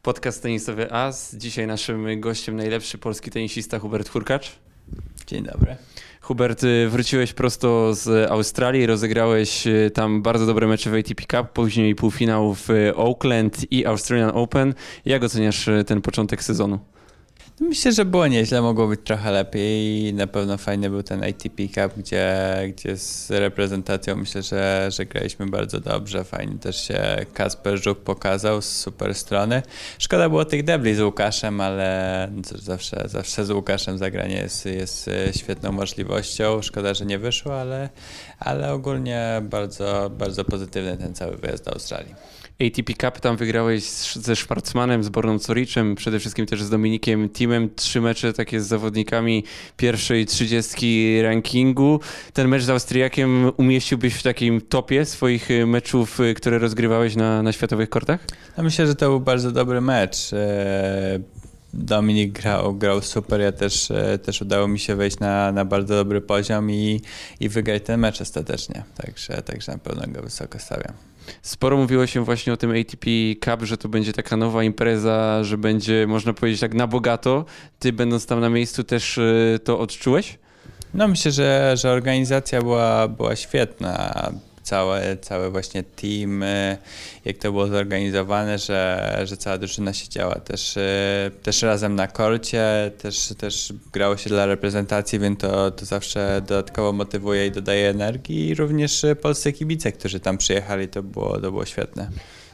Podcast tenisowy AS. Dzisiaj naszym gościem najlepszy polski tenisista Hubert Hurkacz. Dzień dobry. Hubert, wróciłeś prosto z Australii, rozegrałeś tam bardzo dobre mecze w ATP Cup, później półfinał w Auckland i Australian Open. Jak oceniasz ten początek sezonu? Myślę, że było nieźle, mogło być trochę lepiej i na pewno fajny był ten ATP Cup, gdzie z reprezentacją myślę, że graliśmy bardzo dobrze. Fajnie też się Kasper Żuk pokazał z super strony. Szkoda było tych debli z Łukaszem, ale zawsze z Łukaszem zagranie jest świetną możliwością. Szkoda, że nie wyszło, ale ogólnie bardzo, bardzo pozytywny ten cały wyjazd do Australii. ATP Cup tam wygrałeś ze Schwarzmanem, z Borną Coriczem, przede wszystkim też z Dominikiem Thiem. 3 mecze takie z zawodnikami pierwszej 30 rankingu. Ten mecz z Austriakiem umieściłbyś w takim topie swoich meczów, które rozgrywałeś na światowych kortach? Ja myślę, że to był bardzo dobry mecz. Dominik grał super, ja też udało mi się wejść na bardzo dobry poziom i wygrać ten mecz ostatecznie. Także na pewno go wysoko stawiam. Sporo mówiło się właśnie o tym ATP Cup, że to będzie taka nowa impreza, że będzie, można powiedzieć, tak na bogato. Ty, będąc tam na miejscu, też to odczułeś? No myślę, że organizacja była świetna. Cały właśnie team, jak to było zorganizowane, że cała drużyna siedziała też razem na korcie, też grało się dla reprezentacji, więc to zawsze dodatkowo motywuje i dodaje energii. I również polscy kibice, którzy tam przyjechali, to było świetne.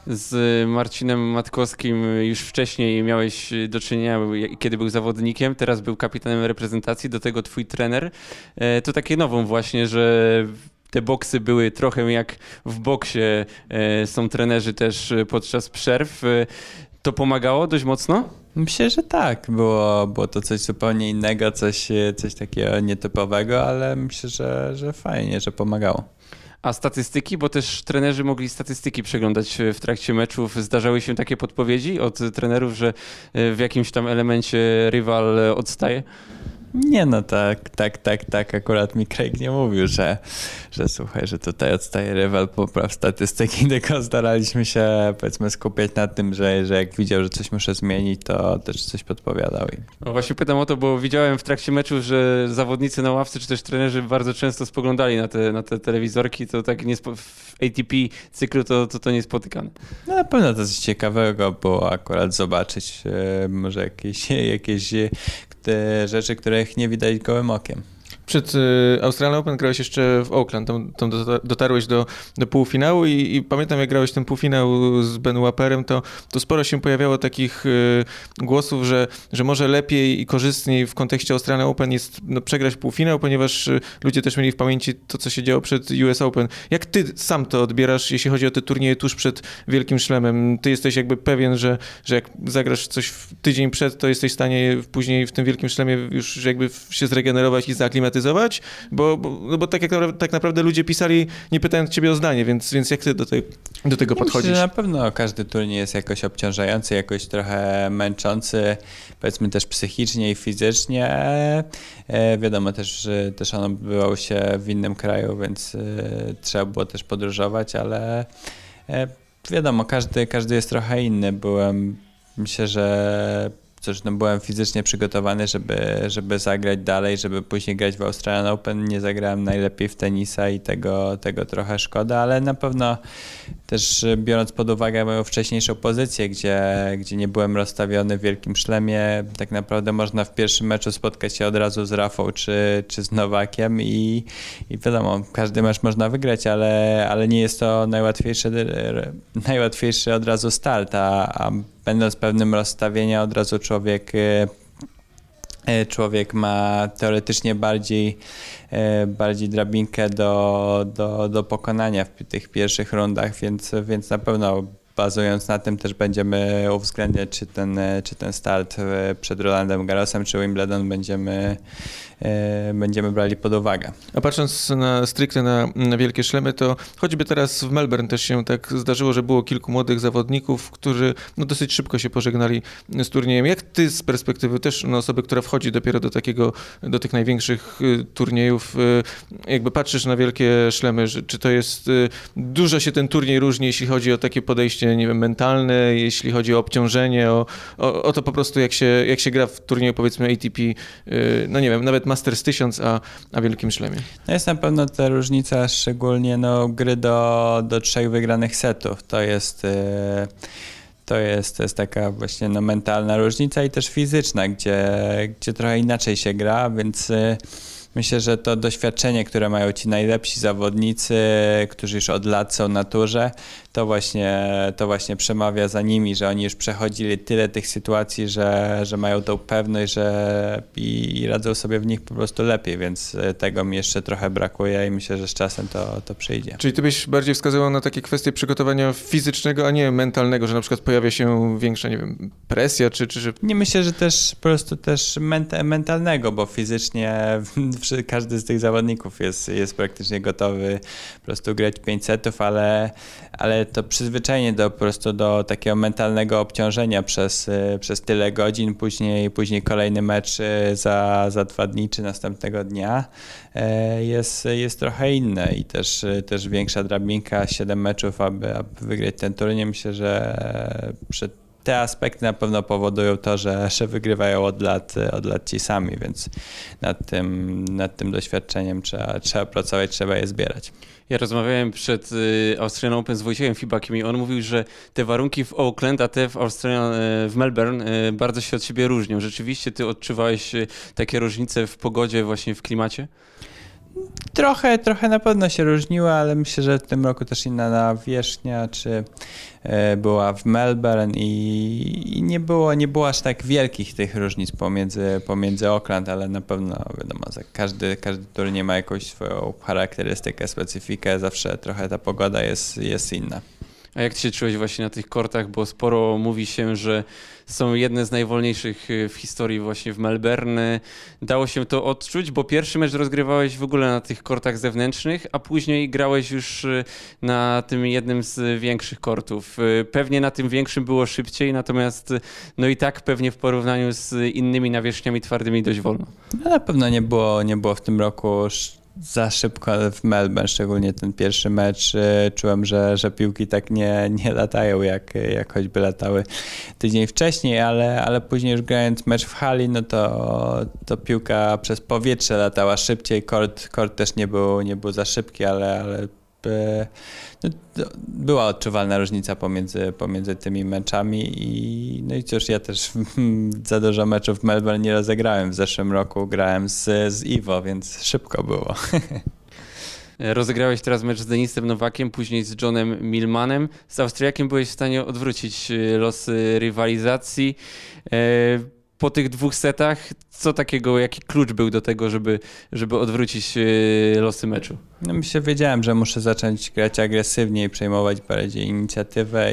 Z Marcinem Matkowskim już wcześniej miałeś do czynienia, kiedy był zawodnikiem, teraz był kapitanem reprezentacji, do tego twój trener. To takie nową właśnie, że te boksy były trochę jak w boksie, są trenerzy też podczas przerw. To pomagało dość mocno? Myślę, że tak. Było to coś zupełnie innego, coś takiego nietypowego, ale myślę, że fajnie, że pomagało. A statystyki, bo też trenerzy mogli statystyki przeglądać w trakcie meczów. Zdarzały się takie podpowiedzi od trenerów, że w jakimś tam elemencie rywal odstaje? Nie, no tak. Akurat mi Craig nie mówił, że słuchaj, że tutaj odstaje rywal, popraw statystyki, tylko staraliśmy się, powiedzmy, skupiać na tym, że jak widział, że coś muszę zmienić, to też coś podpowiadał. No właśnie pytam o to, bo widziałem w trakcie meczu, że zawodnicy na ławce, czy też trenerzy bardzo często spoglądali na te telewizorki, to tak w ATP cyklu to niespotykane. No na pewno to coś ciekawego było akurat zobaczyć, może jakieś rzeczy, których nie widać gołym okiem. Przed Australian Open grałeś jeszcze w Auckland, tam dotarłeś do półfinału i pamiętam, jak grałeś ten półfinał z Ben Waperem, to sporo się pojawiało takich głosów, że może lepiej i korzystniej w kontekście Australian Open jest przegrać półfinał, ponieważ ludzie też mieli w pamięci to, co się działo przed US Open. Jak ty sam to odbierasz, jeśli chodzi o te turnieje tuż przed Wielkim Szlemem? Ty jesteś jakby pewien, że jak zagrasz coś tydzień przed, to jesteś w stanie później w tym Wielkim Szlemie już jakby się zregenerować i zaaklimatyzować? Bo tak naprawdę ludzie pisali, nie pytając ciebie o zdanie, więc jak ty do tego podchodzisz? Myślę, że na pewno każdy turniej jest jakoś obciążający, jakoś trochę męczący, powiedzmy też psychicznie i fizycznie. Wiadomo też, że też on odbywał się w innym kraju, więc trzeba było też podróżować, ale wiadomo, każdy jest trochę inny. Myślę, że byłem fizycznie przygotowany, żeby zagrać dalej, żeby później grać w Australian Open. Nie zagrałem najlepiej w tenisa i tego trochę szkoda, ale na pewno też biorąc pod uwagę moją wcześniejszą pozycję, gdzie nie byłem rozstawiony w Wielkim Szlemie, tak naprawdę można w pierwszym meczu spotkać się od razu z Rafą czy z Nowakiem i wiadomo, każdy mecz można wygrać, ale nie jest to najłatwiejszy od razu start, a będąc pewnym rozstawienia od razu człowiek ma teoretycznie bardziej drabinkę do pokonania w tych pierwszych rundach, więc na pewno bazując na tym też będziemy uwzględniać, czy ten start przed Rolandem Garrosem czy Wimbledon będziemy brali pod uwagę. A patrząc stricte na wielkie szlemy, to choćby teraz w Melbourne też się tak zdarzyło, że było kilku młodych zawodników, którzy dosyć szybko się pożegnali z turniejem. Jak ty z perspektywy też osoby, która wchodzi dopiero do tych największych turniejów, jakby patrzysz na wielkie szlemy, czy to jest, dużo się ten turniej różni, jeśli chodzi o takie podejście, nie wiem, mentalne, jeśli chodzi o obciążenie, o to po prostu jak się gra w turnieju, powiedzmy ATP, no nie wiem, nawet Masters 1000, a wielkim szlemie. No jest na pewno ta różnica, szczególnie gry do 3 wygranych setów. To jest taka właśnie mentalna różnica i też fizyczna, gdzie trochę inaczej się gra, więc myślę, że to doświadczenie, które mają ci najlepsi zawodnicy, którzy już od lat są na turze, to właśnie przemawia za nimi, że oni już przechodzili tyle tych sytuacji, że mają tą pewność, i radzą sobie w nich po prostu lepiej, więc tego mi jeszcze trochę brakuje i myślę, że z czasem to przyjdzie. Czyli ty byś bardziej wskazywał na takie kwestie przygotowania fizycznego, a nie mentalnego, że na przykład pojawia się większa, nie wiem, presja, czy że... Nie, myślę, że też po prostu też mentalnego, bo fizycznie każdy z tych zawodników jest praktycznie gotowy po prostu grać 5 setów, ale to przyzwyczajenie po prostu do takiego mentalnego obciążenia przez tyle godzin, później kolejny mecz za 2 dni czy następnego dnia jest trochę inne i też większa drabinka, 7 meczów, aby wygrać ten turniej. Myślę, że te aspekty na pewno powodują to, że wygrywają od lat ci sami, więc nad tym doświadczeniem trzeba pracować, trzeba je zbierać. Ja rozmawiałem przed Australian Open z Wojciechem Fibakiem i on mówił, że te warunki w Auckland, a te w Melbourne bardzo się od siebie różnią. Rzeczywiście ty odczuwałeś takie różnice w pogodzie, właśnie w klimacie? Trochę na pewno się różniła, ale myślę, że w tym roku też inna nawierzchnia, czy była w Melbourne i nie było aż tak wielkich tych różnic pomiędzy Auckland, ale na pewno wiadomo, każdy turniej ma jakąś swoją charakterystykę, specyfikę, zawsze trochę ta pogoda jest inna. A jak ty się czułeś właśnie na tych kortach, bo sporo mówi się, że są jedne z najwolniejszych w historii właśnie w Melbourne. Dało się to odczuć, bo pierwszy mecz rozgrywałeś w ogóle na tych kortach zewnętrznych, a później grałeś już na tym jednym z większych kortów. Pewnie na tym większym było szybciej, natomiast no i tak pewnie w porównaniu z innymi nawierzchniami twardymi dość wolno. No na pewno nie było w tym roku za szybko w Melbourne, szczególnie ten pierwszy mecz. Czułem, że piłki tak nie latają, jak choćby latały tydzień wcześniej, ale później już grając mecz w hali, no to piłka przez powietrze latała szybciej. Kort też nie był za szybki, ale no, była odczuwalna różnica pomiędzy tymi meczami no i cóż, ja też za dużo meczów w Melbourne nie rozegrałem. W zeszłym roku grałem z Iwo, więc szybko było. Rozegrałeś teraz mecz z Denisem Nowakiem, później z Johnem Millmanem. Z Austriakiem byłeś w stanie odwrócić losy rywalizacji. Po tych 2 setach, co takiego, jaki klucz był do tego, żeby odwrócić losy meczu? No myślę, wiedziałem, że muszę zacząć grać agresywniej, przejmować bardziej inicjatywę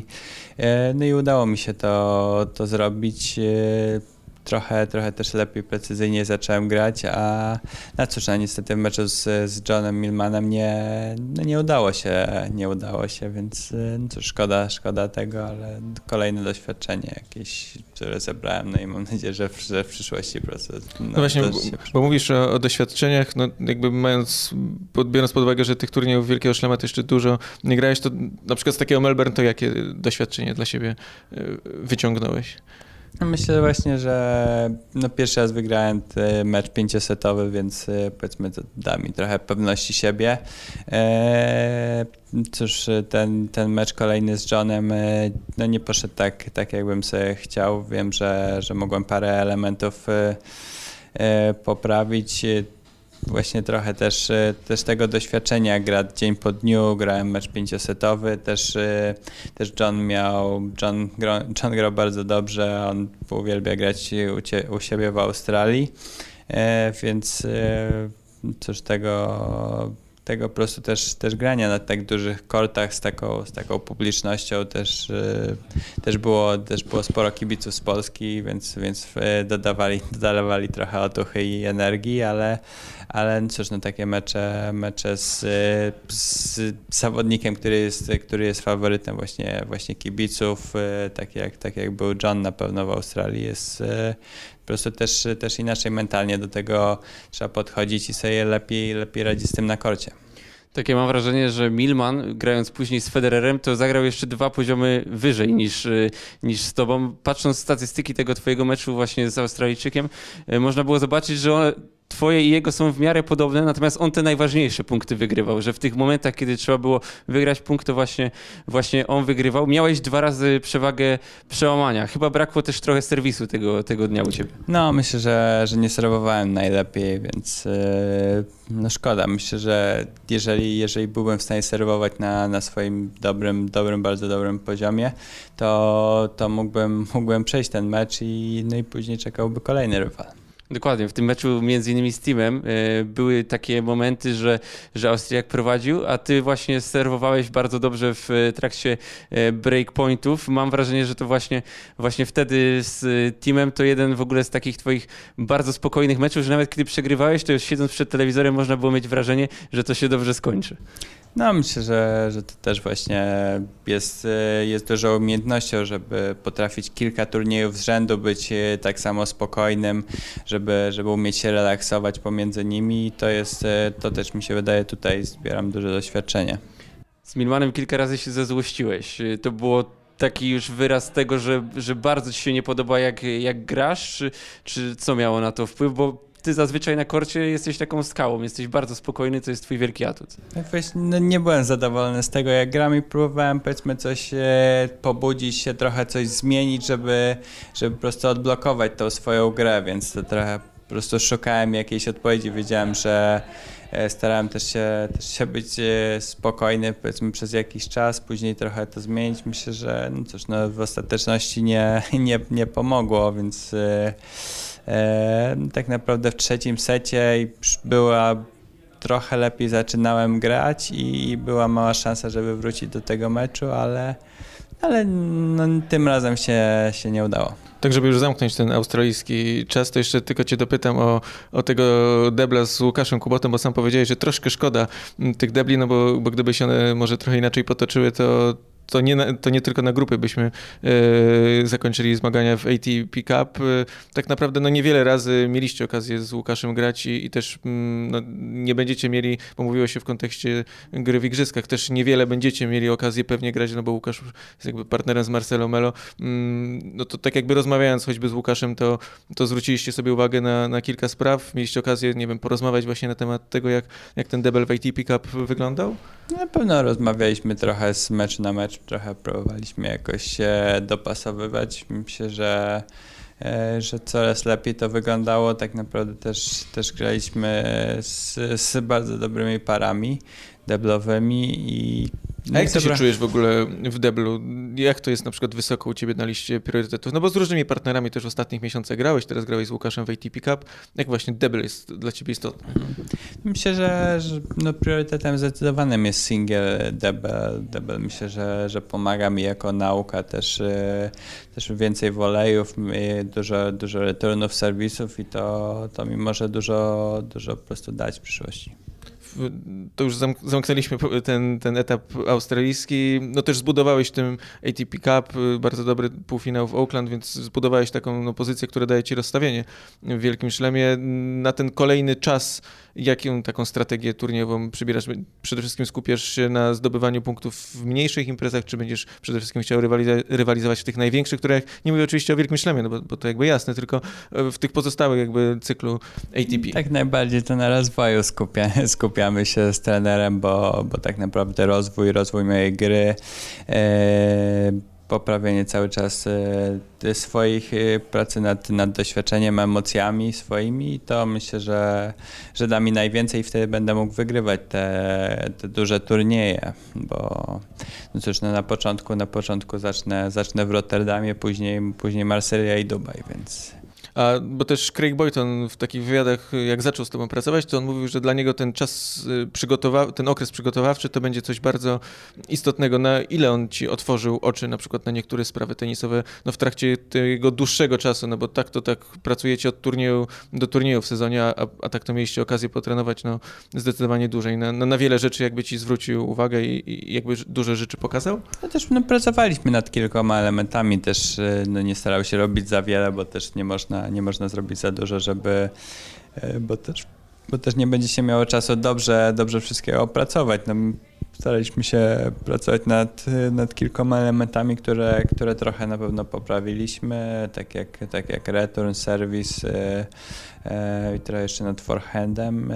no i udało mi się to zrobić. Trochę też lepiej, precyzyjnie zacząłem grać, a cóż, niestety w meczu z Johnem Millmanem nie udało się, więc cóż, szkoda tego, ale kolejne doświadczenie jakieś, które zebrałem, no i mam nadzieję, że w przyszłości po prostu... No właśnie, bo mówisz o doświadczeniach, no jakby biorąc pod uwagę, że tych turniejów Wielkiego Szlema to jeszcze dużo nie grałeś, to na przykład z takiego Melbourne, to jakie doświadczenie dla siebie wyciągnąłeś? Myślę właśnie, że pierwszy raz wygrałem mecz 5-setowy, więc powiedzmy to da mi trochę pewności siebie. Cóż, ten mecz kolejny z Johnem nie poszedł tak jakbym sobie chciał. Wiem, że mogłem parę elementów poprawić. Właśnie trochę też tego doświadczenia, gra dzień po dniu, grałem mecz 5-setowy, też John grał bardzo dobrze, on uwielbia grać u siebie w Australii, więc cóż, tego po prostu też grania na tak dużych kortach z taką publicznością też było sporo kibiców z Polski, więc dodawali trochę otuchy i energii, ale cóż, no takie mecze z zawodnikiem, który jest faworytem właśnie kibiców, tak jak był John na pewno w Australii, jest po prostu też inaczej mentalnie do tego trzeba podchodzić i sobie lepiej radzić z tym na korcie. Takie mam wrażenie, że Millman, grając później z Federerem, to zagrał jeszcze 2 poziomy wyżej niż z tobą. Patrząc statystyki tego twojego meczu właśnie z Australijczykiem, można było zobaczyć, że twoje i jego są w miarę podobne, natomiast on te najważniejsze punkty wygrywał, że w tych momentach, kiedy trzeba było wygrać punkt, to właśnie on wygrywał. Miałeś 2 razy przewagę przełamania. Chyba brakło też trochę serwisu tego dnia u ciebie. No, myślę, że nie serwowałem najlepiej, więc no szkoda. Myślę, że jeżeli byłbym w stanie serwować na swoim bardzo dobrym poziomie, to mógłbym przejść ten mecz i później czekałby kolejny rywal. Dokładnie, w tym meczu między innymi z Timem były takie momenty, że Austriak prowadził, a ty właśnie serwowałeś bardzo dobrze w trakcie breakpointów. Mam wrażenie, że to właśnie wtedy z Timem to jeden w ogóle z takich twoich bardzo spokojnych meczów, że nawet kiedy przegrywałeś, to już siedząc przed telewizorem można było mieć wrażenie, że to się dobrze skończy. No, myślę, że to też właśnie jest dużą umiejętnością, żeby potrafić kilka turniejów z rzędu być tak samo spokojnym, żeby umieć się relaksować pomiędzy nimi i to też mi się wydaje, tutaj zbieram duże doświadczenie. Z Millmanem kilka razy się zezłościłeś. To było taki już wyraz tego, że bardzo ci się nie podoba jak grasz, czy co miało na to wpływ, bo ty zazwyczaj na korcie jesteś taką skałą, jesteś bardzo spokojny, to jest twój wielki atut. No, nie byłem zadowolony z tego, jak gram i próbowałem powiedzmy coś pobudzić się, trochę coś zmienić, żeby po prostu odblokować tą swoją grę, więc to trochę po prostu szukałem jakiejś odpowiedzi. Wiedziałem, że starałem też się być spokojny powiedzmy przez jakiś czas, później trochę to zmienić. Myślę, że no cóż, no w ostateczności nie pomogło, więc tak naprawdę w trzecim secie trochę lepiej zaczynałem grać i była mała szansa, żeby wrócić do tego meczu, ale no, tym razem się nie udało. Tak, żeby już zamknąć ten australijski czas, to jeszcze tylko cię dopytam o tego debla z Łukaszem Kubotą, bo sam powiedziałeś, że troszkę szkoda tych debli, no bo gdyby się one może trochę inaczej potoczyły, to nie tylko na grupy byśmy zakończyli zmagania w ATP Cup. Tak naprawdę no niewiele razy mieliście okazję z Łukaszem grać i też no, nie będziecie mieli, bo mówiło się w kontekście gry w igrzyskach, też niewiele będziecie mieli okazję pewnie grać, no bo Łukasz jest jakby partnerem z Marcelo Melo. No to tak jakby rozmawiając choćby z Łukaszem, to zwróciliście sobie uwagę na kilka spraw. Mieliście okazję, nie wiem, porozmawiać właśnie na temat tego, jak ten debel w ATP Cup wyglądał? Na pewno rozmawialiśmy trochę z meczu na mecz, trochę próbowaliśmy jakoś się dopasowywać. Myślę, że coraz lepiej to wyglądało. Tak naprawdę też graliśmy z bardzo dobrymi parami deblowymi i a jak ty się czujesz w ogóle w deblu? Jak to jest na przykład wysoko u ciebie na liście priorytetów? No bo z różnymi partnerami też w ostatnich miesiącach grałeś, teraz grałeś z Łukaszem w ATP Cup. Jak właśnie debl jest dla ciebie istotny? Myślę, że no priorytetem zdecydowanym jest single debel. Myślę, że pomaga mi jako nauka też więcej volejów, dużo returnów, serwisów i to mi może dużo po prostu dać w przyszłości. To już zamknęliśmy ten etap australijski. No też zbudowałeś w tym ATP Cup bardzo dobry półfinał w Auckland, więc zbudowałeś taką pozycję, która daje ci rozstawienie w Wielkim Szlemie. Na ten kolejny czas, jaką taką strategię turniejową przybierasz? Przede wszystkim skupiasz się na zdobywaniu punktów w mniejszych imprezach, czy będziesz przede wszystkim chciał rywalizować w tych największych, które nie mówię oczywiście o Wielkim Szlemie, no bo to jakby jasne, tylko w tych pozostałych jakby cyklu ATP. Tak najbardziej to na rozwoju skupiamy się z trenerem, bo tak naprawdę rozwój mojej gry, poprawienie cały czas swoich pracy nad doświadczeniem, emocjami swoimi i to myślę, że da mi najwięcej i wtedy będę mógł wygrywać te duże turnieje, bo no cóż, no na początku zacznę w Rotterdamie, później Marsylia i Dubaj, więc... Bo też Craig Boyton w takich wywiadach, jak zaczął z tobą pracować, to on mówił, że dla niego ten czas ten okres przygotowawczy to będzie coś bardzo istotnego. Na ile on ci otworzył oczy na przykład na niektóre sprawy tenisowe w trakcie tego dłuższego czasu, bo tak pracujecie od turnieju do turnieju w sezonie, a tak to mieliście okazję potrenować zdecydowanie dłużej. Na wiele rzeczy jakby ci zwrócił uwagę i jakby dużo rzeczy pokazał? No też pracowaliśmy nad kilkoma elementami, też nie starał się robić za wiele, bo też nie można zrobić za dużo, bo też nie będzie się miało czasu dobrze wszystkiego opracować. Staraliśmy się pracować nad kilkoma elementami, które trochę na pewno poprawiliśmy, tak jak return, serwis i trochę jeszcze nad forehandem.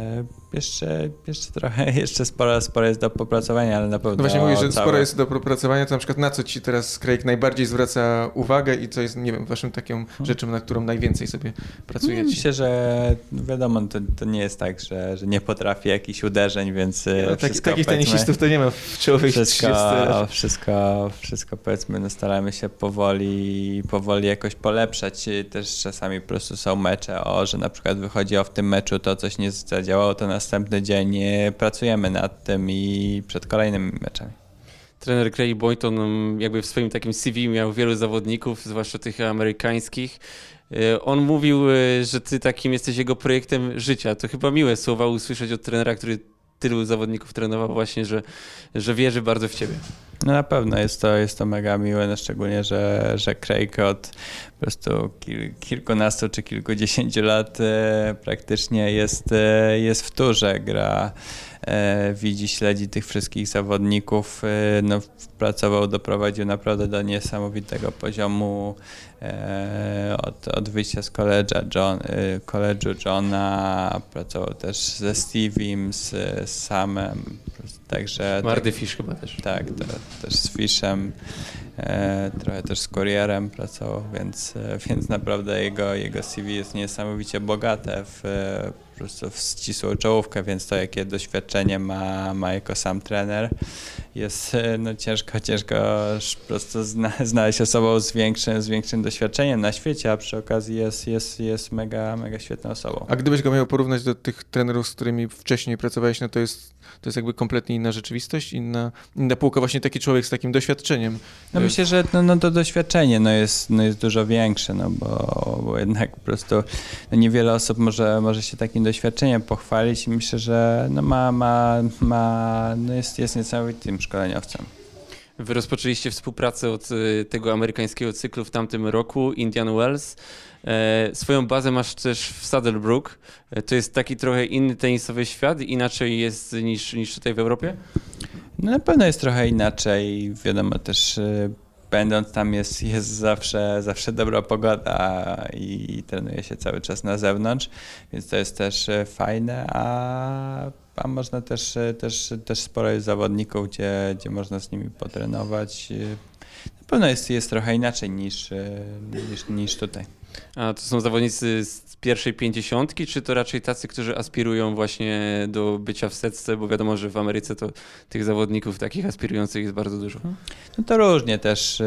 Jeszcze sporo jest do popracowania, ale na pewno... No właśnie mówisz, że sporo jest do popracowania, to na przykład na co ci teraz Craig najbardziej zwraca uwagę i co jest, nie wiem, waszym taką rzeczą, na którą najwięcej sobie pracujecie? Myślę, że wiadomo, to nie jest tak, że nie potrafi jakichś uderzeń, więc takich tenisistów to nie ma w czołowych 30 lat. Wszystko powiedzmy, staramy się powoli jakoś polepszać. Też czasami po prostu są mecze, że na przykład wychodzi w tym meczu to coś nie zadziałało, to następny dzień pracujemy nad tym i przed kolejnymi meczami. Trener Craig Boyton jakby w swoim takim CV miał wielu zawodników, zwłaszcza tych amerykańskich. On mówił, że ty takim jesteś jego projektem życia. To chyba miłe słowa usłyszeć od trenera, który tylu zawodników trenował właśnie, że wierzy bardzo w ciebie. No na pewno jest to mega miłe, szczególnie, że Craig od po prostu kilkunastu czy kilkudziesięciu lat praktycznie jest w turze, gra, widzi, śledzi tych wszystkich zawodników, doprowadził naprawdę do niesamowitego poziomu od wyjścia z koledżu Johna, pracował też ze Steviem, z Samem, także... Mardy Fish chyba też. Tak, też z Fishem, trochę też z Courierem pracował, więc naprawdę jego CV jest niesamowicie bogate po prostu w ścisłą czołówkę, więc to jakie doświadczenie ma jako sam trener jest ciężko po prostu znaleźć osobą z większym doświadczeniem na świecie, a przy okazji jest mega świetną osobą. A gdybyś go miał porównać do tych trenerów, z którymi wcześniej pracowałeś, to jest jakby kompletnie inna rzeczywistość, inna półka, właśnie taki człowiek z takim doświadczeniem. Myślę, że to doświadczenie jest dużo większe, bo jednak po prostu niewiele osób może się takim doświadczeniem pochwalić i myślę, że jest niesamowitym szkoleniowcem. Wy rozpoczęliście współpracę od tego amerykańskiego cyklu w tamtym roku, Indian Wells. Swoją bazę masz też w Saddlebrook. To jest taki trochę inny tenisowy świat, inaczej jest niż tutaj w Europie? No na pewno jest trochę inaczej. Wiadomo też, będąc tam jest zawsze dobra pogoda i trenuje się cały czas na zewnątrz, więc to jest też fajne, a można też sporo jest zawodników, gdzie można z nimi potrenować. Na pewno jest trochę inaczej niż tutaj. A to są zawodnicy z pierwszej 50, czy to raczej tacy, którzy aspirują właśnie do bycia w setce, bo wiadomo, że w Ameryce to tych zawodników takich aspirujących jest bardzo dużo. No to różnie też.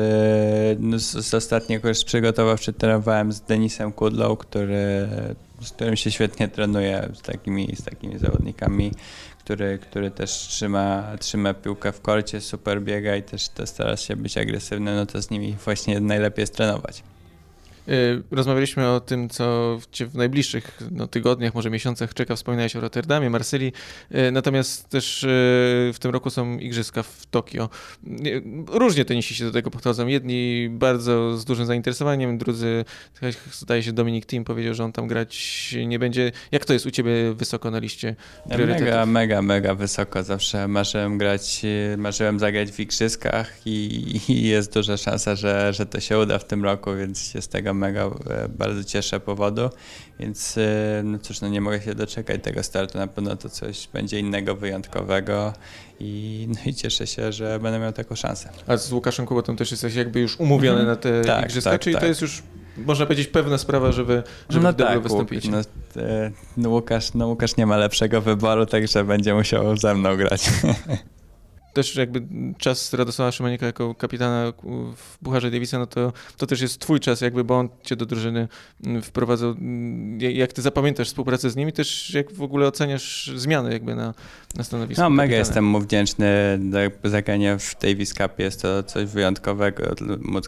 Z ostatniego już przygotowawczy trenowałem z Denisem Kudlow, z którym się świetnie trenuje, z takimi zawodnikami, który też trzyma piłkę w korcie, super biega i też stara się być agresywny, to z nimi właśnie najlepiej jest trenować. Rozmawialiśmy o tym, co cię w najbliższych tygodniach, może miesiącach czeka. Wspominałeś o Rotterdamie, Marsylii, natomiast też w tym roku są igrzyska w Tokio. Różnie tenisiści do tego podchodzą. Jedni bardzo z dużym zainteresowaniem, drudzy, zdaje się, Dominic Thiem powiedział, że on tam grać nie będzie. Jak to jest u ciebie wysoko na liście priorytetów? Mega wysoko. Zawsze marzyłem zagrać w igrzyskach i jest duża szansa, że to się uda w tym roku, więc się z tego bardzo cieszę powodu, więc nie mogę się doczekać tego startu, na pewno to coś będzie innego, wyjątkowego i cieszę się, że będę miał taką szansę. A z Łukaszem Kubotą też jesteś jakby już umówiony na te igrzyska, czyli to jest już, można powiedzieć, pewna sprawa, żeby w deblu wystąpić? Łukasz nie ma lepszego wyboru, także będzie musiał ze mną grać. też jakby czas Radosława Szymańka jako kapitana w Pucharze Davisa, no to też jest twój czas jakby, bo on cię do drużyny wprowadzał. Jak ty zapamiętasz współpracę z nimi, też jak w ogóle oceniasz zmiany jakby na stanowisku No mega kapitana? jestem mu wdzięczny. Zagranie w Davis Cupie jest to coś wyjątkowego, móc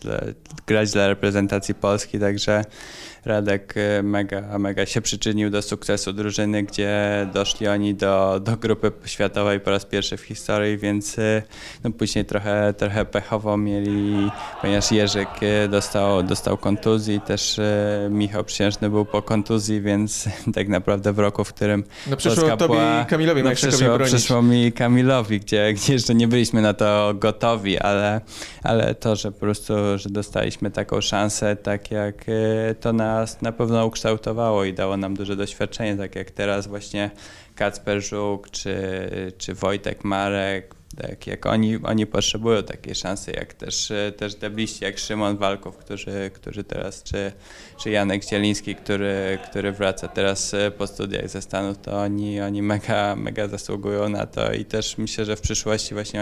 grać dla reprezentacji Polski, także Radek mega się przyczynił do sukcesu drużyny, gdzie doszli oni do grupy światowej po raz pierwszy w historii, więc no później trochę pechowo mieli, ponieważ Jerzyk dostał kontuzji, też Michał Przysiężny był po kontuzji, więc tak naprawdę w roku, w którym no przyszło tobie i Kamilowi przyszło mi Kamilowi, gdzie jeszcze nie byliśmy na to gotowi, ale to, że po prostu, że dostaliśmy taką szansę, tak jak to nas na pewno ukształtowało i dało nam duże doświadczenie, tak jak teraz właśnie Kacper Żuk czy Wojtek Marek, tak jak oni potrzebują takiej szansy, jak też debliści, jak Szymon Walków, którzy teraz, czy Janek Zieliński, który wraca teraz po studiach ze Stanów, to oni mega zasługują na to i też myślę, że w przyszłości właśnie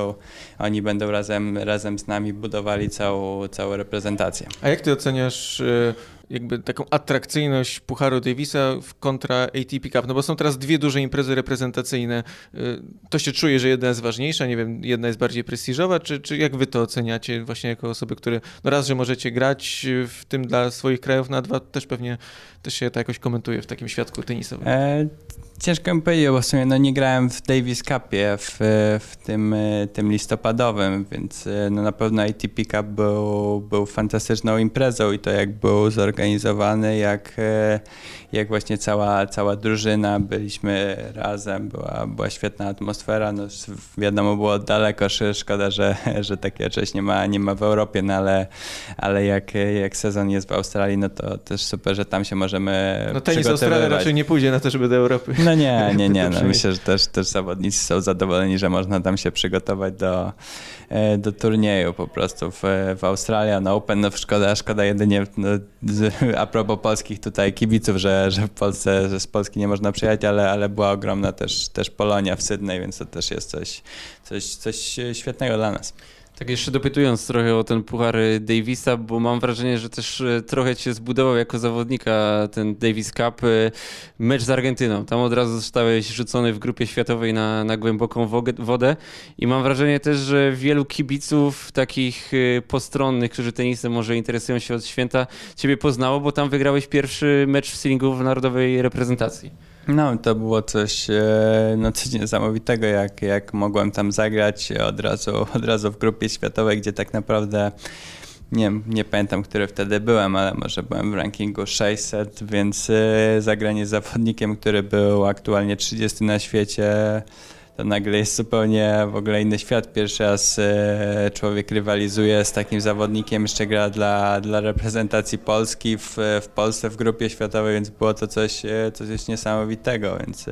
oni będą razem z nami budowali całą reprezentację. A jak ty oceniasz jakby taką atrakcyjność Pucharu Davisa kontra ATP Cup? No bo są teraz dwie duże imprezy reprezentacyjne. To się czuje, że jedna jest ważniejsza, nie wiem, jedna jest bardziej prestiżowa, czy jak wy to oceniacie właśnie jako osoby, które, no raz, że możecie grać w tym dla swoich krajów, na dwa też pewnie też się to jakoś komentuje w takim świadku tenisowym. Ciężko mi powiedzieć, bo w sumie nie grałem w Davis Cupie, w tym listopadowym, więc no na pewno ATP Cup był fantastyczną imprezą i to jak był zorganizowany, jak właśnie cała drużyna, byliśmy razem, była świetna atmosfera, no wiadomo było daleko, szkoda, że takie czegoś nie ma w Europie, no ale jak sezon jest w Australii, no to też super, że tam się możemy no tenis Australii raczej nie pójdzie na to, żeby do Europy. No nie. No myślę, że też zawodnicy są zadowoleni, że można tam się przygotować do turnieju po prostu w Australian Open. No szkoda jedynie a propos polskich tutaj kibiców, że z Polski nie można przyjechać, ale była ogromna też Polonia w Sydney, więc to też jest coś świetnego dla nas. Tak jeszcze dopytując trochę o ten Puchar Davisa, bo mam wrażenie, że też trochę cię zbudował jako zawodnika ten Davis Cup, mecz z Argentyną. Tam od razu zostałeś rzucony w grupie światowej na głęboką wodę i mam wrażenie też, że wielu kibiców takich postronnych, którzy tenisem może interesują się od święta, ciebie poznało, bo tam wygrałeś pierwszy mecz w singlu w narodowej reprezentacji. No, to było coś niesamowitego, jak mogłem tam zagrać od razu w grupie światowej, gdzie tak naprawdę nie pamiętam, który wtedy byłem, ale może byłem w rankingu 600, więc zagranie z zawodnikiem, który był aktualnie 30 na świecie, to nagle jest zupełnie w ogóle inny świat. Pierwszy raz człowiek rywalizuje z takim zawodnikiem, jeszcze gra dla reprezentacji Polski w Polsce w grupie światowej, więc było to coś niesamowitego, więc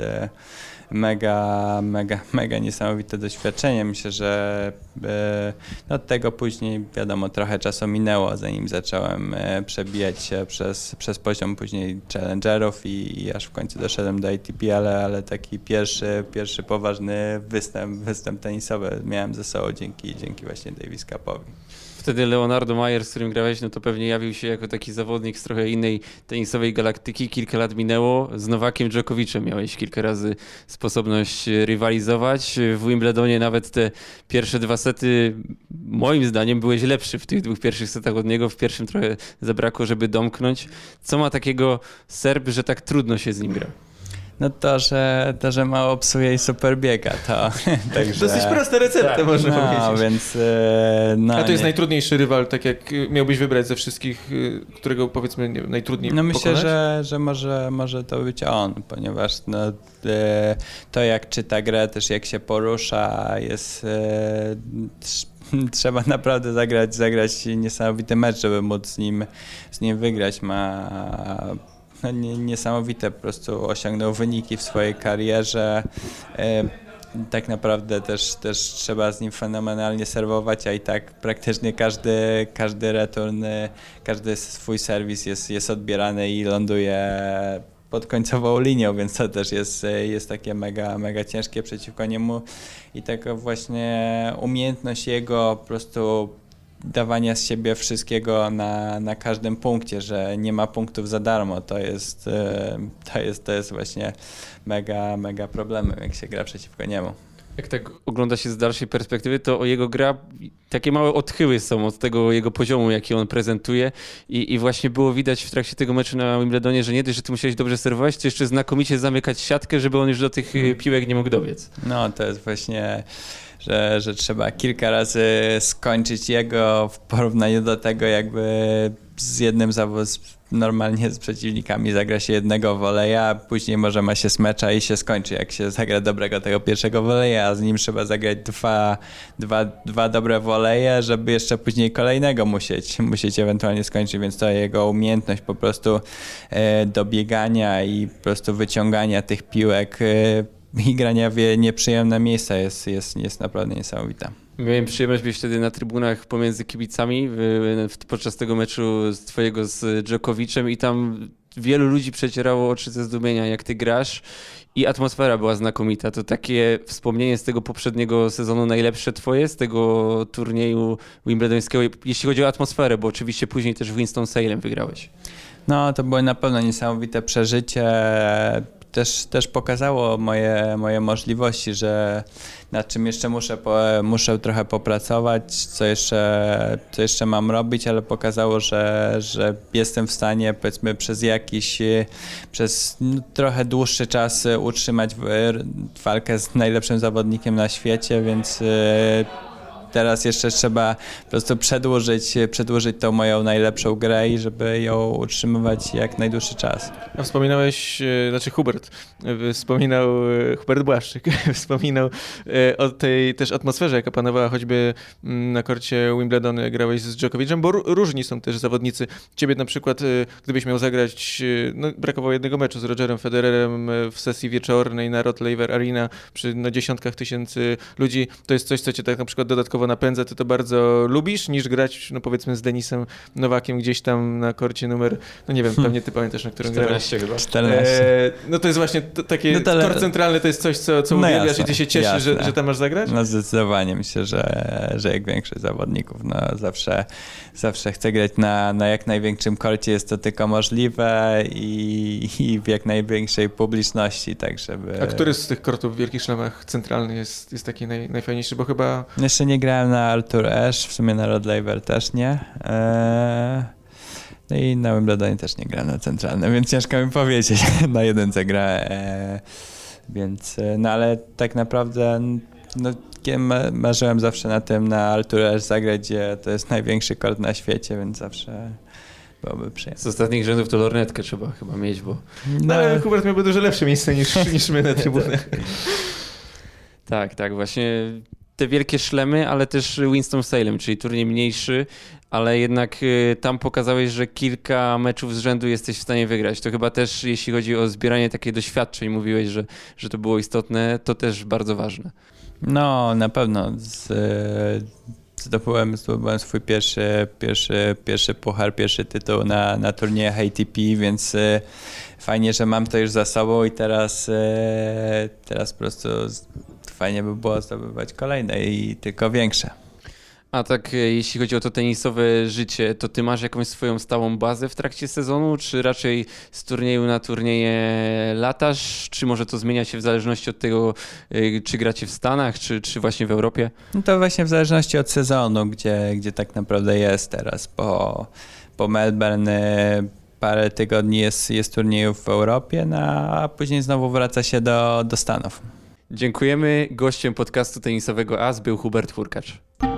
mega niesamowite doświadczenie. Myślę, że od tego później wiadomo trochę czasu minęło, zanim zacząłem przebijać się przez poziom później challengerów i aż w końcu doszedłem do ATP, ale taki pierwszy poważny występ tenisowy miałem ze sobą dzięki właśnie Davis Cupowi. Wtedy Leonardo Mayer, z którym grałeś, no to pewnie jawił się jako taki zawodnik z trochę innej tenisowej galaktyki. Kilka lat minęło. Z Nowakiem Dżokowiczem miałeś kilka razy sposobność rywalizować. W Wimbledonie nawet te pierwsze dwa sety, moim zdaniem, byłeś lepszy w tych dwóch pierwszych setach od niego. W pierwszym trochę zabrakło, żeby domknąć. Co ma takiego Serb, że tak trudno się z nim gra? No to, że mało psuje i super biega, to także... Dosyć prosta recepta, można powiedzieć. Więc, a to jest najtrudniejszy rywal, tak jak miałbyś wybrać ze wszystkich, którego powiedzmy najtrudniej pokonać? Myślę, że może to być on, ponieważ to jak czyta grę, też jak się porusza, jest... Trzeba naprawdę zagrać niesamowity mecz, żeby móc z nim wygrać. Ma niesamowite, po prostu osiągnął wyniki w swojej karierze. Tak naprawdę też trzeba z nim fenomenalnie serwować, a i tak praktycznie każdy return, każdy swój serwis jest odbierany i ląduje pod końcową linią, więc to też jest takie mega, mega ciężkie przeciwko niemu i taka właśnie umiejętność jego po prostu dawania z siebie wszystkiego na każdym punkcie, że nie ma punktów za darmo, to jest właśnie mega, mega problemem, jak się gra przeciwko niemu. Jak tak ogląda się z dalszej perspektywy, to o jego gra takie małe odchyły są od tego jego poziomu, jaki on prezentuje i właśnie było widać w trakcie tego meczu na Wimbledonie, że nie dość, że ty musiałeś dobrze serwować, to jeszcze znakomicie zamykać siatkę, żeby on już do tych piłek nie mógł dobiec. No to jest właśnie, że trzeba kilka razy skończyć jego w porównaniu do tego, jakby z jednym normalnie z przeciwnikami zagra się jednego voleja, później może ma się smecza i się skończy, jak się zagra dobrego tego pierwszego voleja, a z nim trzeba zagrać dwa dobre voleje, żeby jeszcze później kolejnego musieć ewentualnie skończyć, więc to jego umiejętność po prostu dobiegania i po prostu wyciągania tych piłek i grania w nieprzyjemne miejsca jest naprawdę niesamowita. Miałem przyjemność być wtedy na trybunach pomiędzy kibicami podczas tego meczu twojego z Djokovicem i tam wielu ludzi przecierało oczy ze zdumienia, jak ty grasz i atmosfera była znakomita. To takie wspomnienie z tego poprzedniego sezonu najlepsze twoje, z tego turnieju wimbledońskiego, jeśli chodzi o atmosferę, bo oczywiście później też Winston-Salem wygrałeś. No, to było na pewno niesamowite przeżycie. Też pokazało moje możliwości, że nad czym jeszcze muszę trochę popracować, co jeszcze mam robić, ale pokazało, że jestem w stanie powiedzmy przez trochę dłuższy czas utrzymać walkę z najlepszym zawodnikiem na świecie, więc teraz jeszcze trzeba po prostu przedłużyć tą moją najlepszą grę i żeby ją utrzymywać jak najdłuższy czas. A wspominałeś, Hubert Błaszczyk wspominał o tej też atmosferze, jaka panowała choćby na korcie Wimbledonu, jak grałeś z Djokovicem, bo różni są też zawodnicy. Ciebie na przykład, gdybyś miał zagrać, brakowało jednego meczu z Rogerem Federerem w sesji wieczornej na Rod Laver Arena przy dziesiątkach tysięcy ludzi, to jest coś, co cię tak na przykład dodatkowo napędza, ty to bardzo lubisz, niż grać, powiedzmy z Denisem Nowakiem gdzieś tam na korcie numer, nie wiem, pewnie ty pamiętasz, na którym 14 chyba. 14. No to jest właśnie takie, kor centralny to jest coś, co uwielbiasz jasne, i ty się cieszysz, że tam masz zagrać? No zdecydowanie, myślę, że jak większość zawodników, zawsze chcę grać na jak największym korcie, jest to tylko możliwe i w jak największej publiczności, tak żeby... A który z tych kortów w Wielkich Szlamach centralny jest taki najfajniejszy, bo chyba... Jeszcze nie grałem na Arthur Ashe, w sumie na Rod Laver też nie. No i na Wimbledonie też nie grałem na centralnym, więc ciężko mi powiedzieć, na jedynce grałem. Więc, ale tak naprawdę marzyłem zawsze na Arthur Ashe zagrać, gdzie to jest największy kort na świecie, więc zawsze byłoby przyjemnie. Z ostatnich rzędów to lornetkę trzeba chyba mieć, bo... No ale Hubert miałby dużo lepsze miejsce niż my na trybunach. Tak, właśnie te wielkie szlemy, ale też Winston-Salem, czyli turniej mniejszy, ale jednak tam pokazałeś, że kilka meczów z rzędu jesteś w stanie wygrać. To chyba też, jeśli chodzi o zbieranie takich doświadczeń, mówiłeś, że to było istotne, to też bardzo ważne. No, na pewno. Zdobyłem swój pierwszy puchar, pierwszy tytuł na turniejach ATP, więc fajnie, że mam to już za sobą i teraz po prostu fajnie by było zdobywać kolejne i tylko większe. A tak, jeśli chodzi o to tenisowe życie, to ty masz jakąś swoją stałą bazę w trakcie sezonu, czy raczej z turnieju na turnieje latasz, czy może to zmienia się w zależności od tego, czy gracie w Stanach, czy właśnie w Europie? No to właśnie w zależności od sezonu, gdzie tak naprawdę jest teraz. Po Melbourne parę tygodni jest turniejów w Europie, a później znowu wraca się do Stanów. Dziękujemy. Gościem podcastu tenisowego AS był Hubert Hurkacz.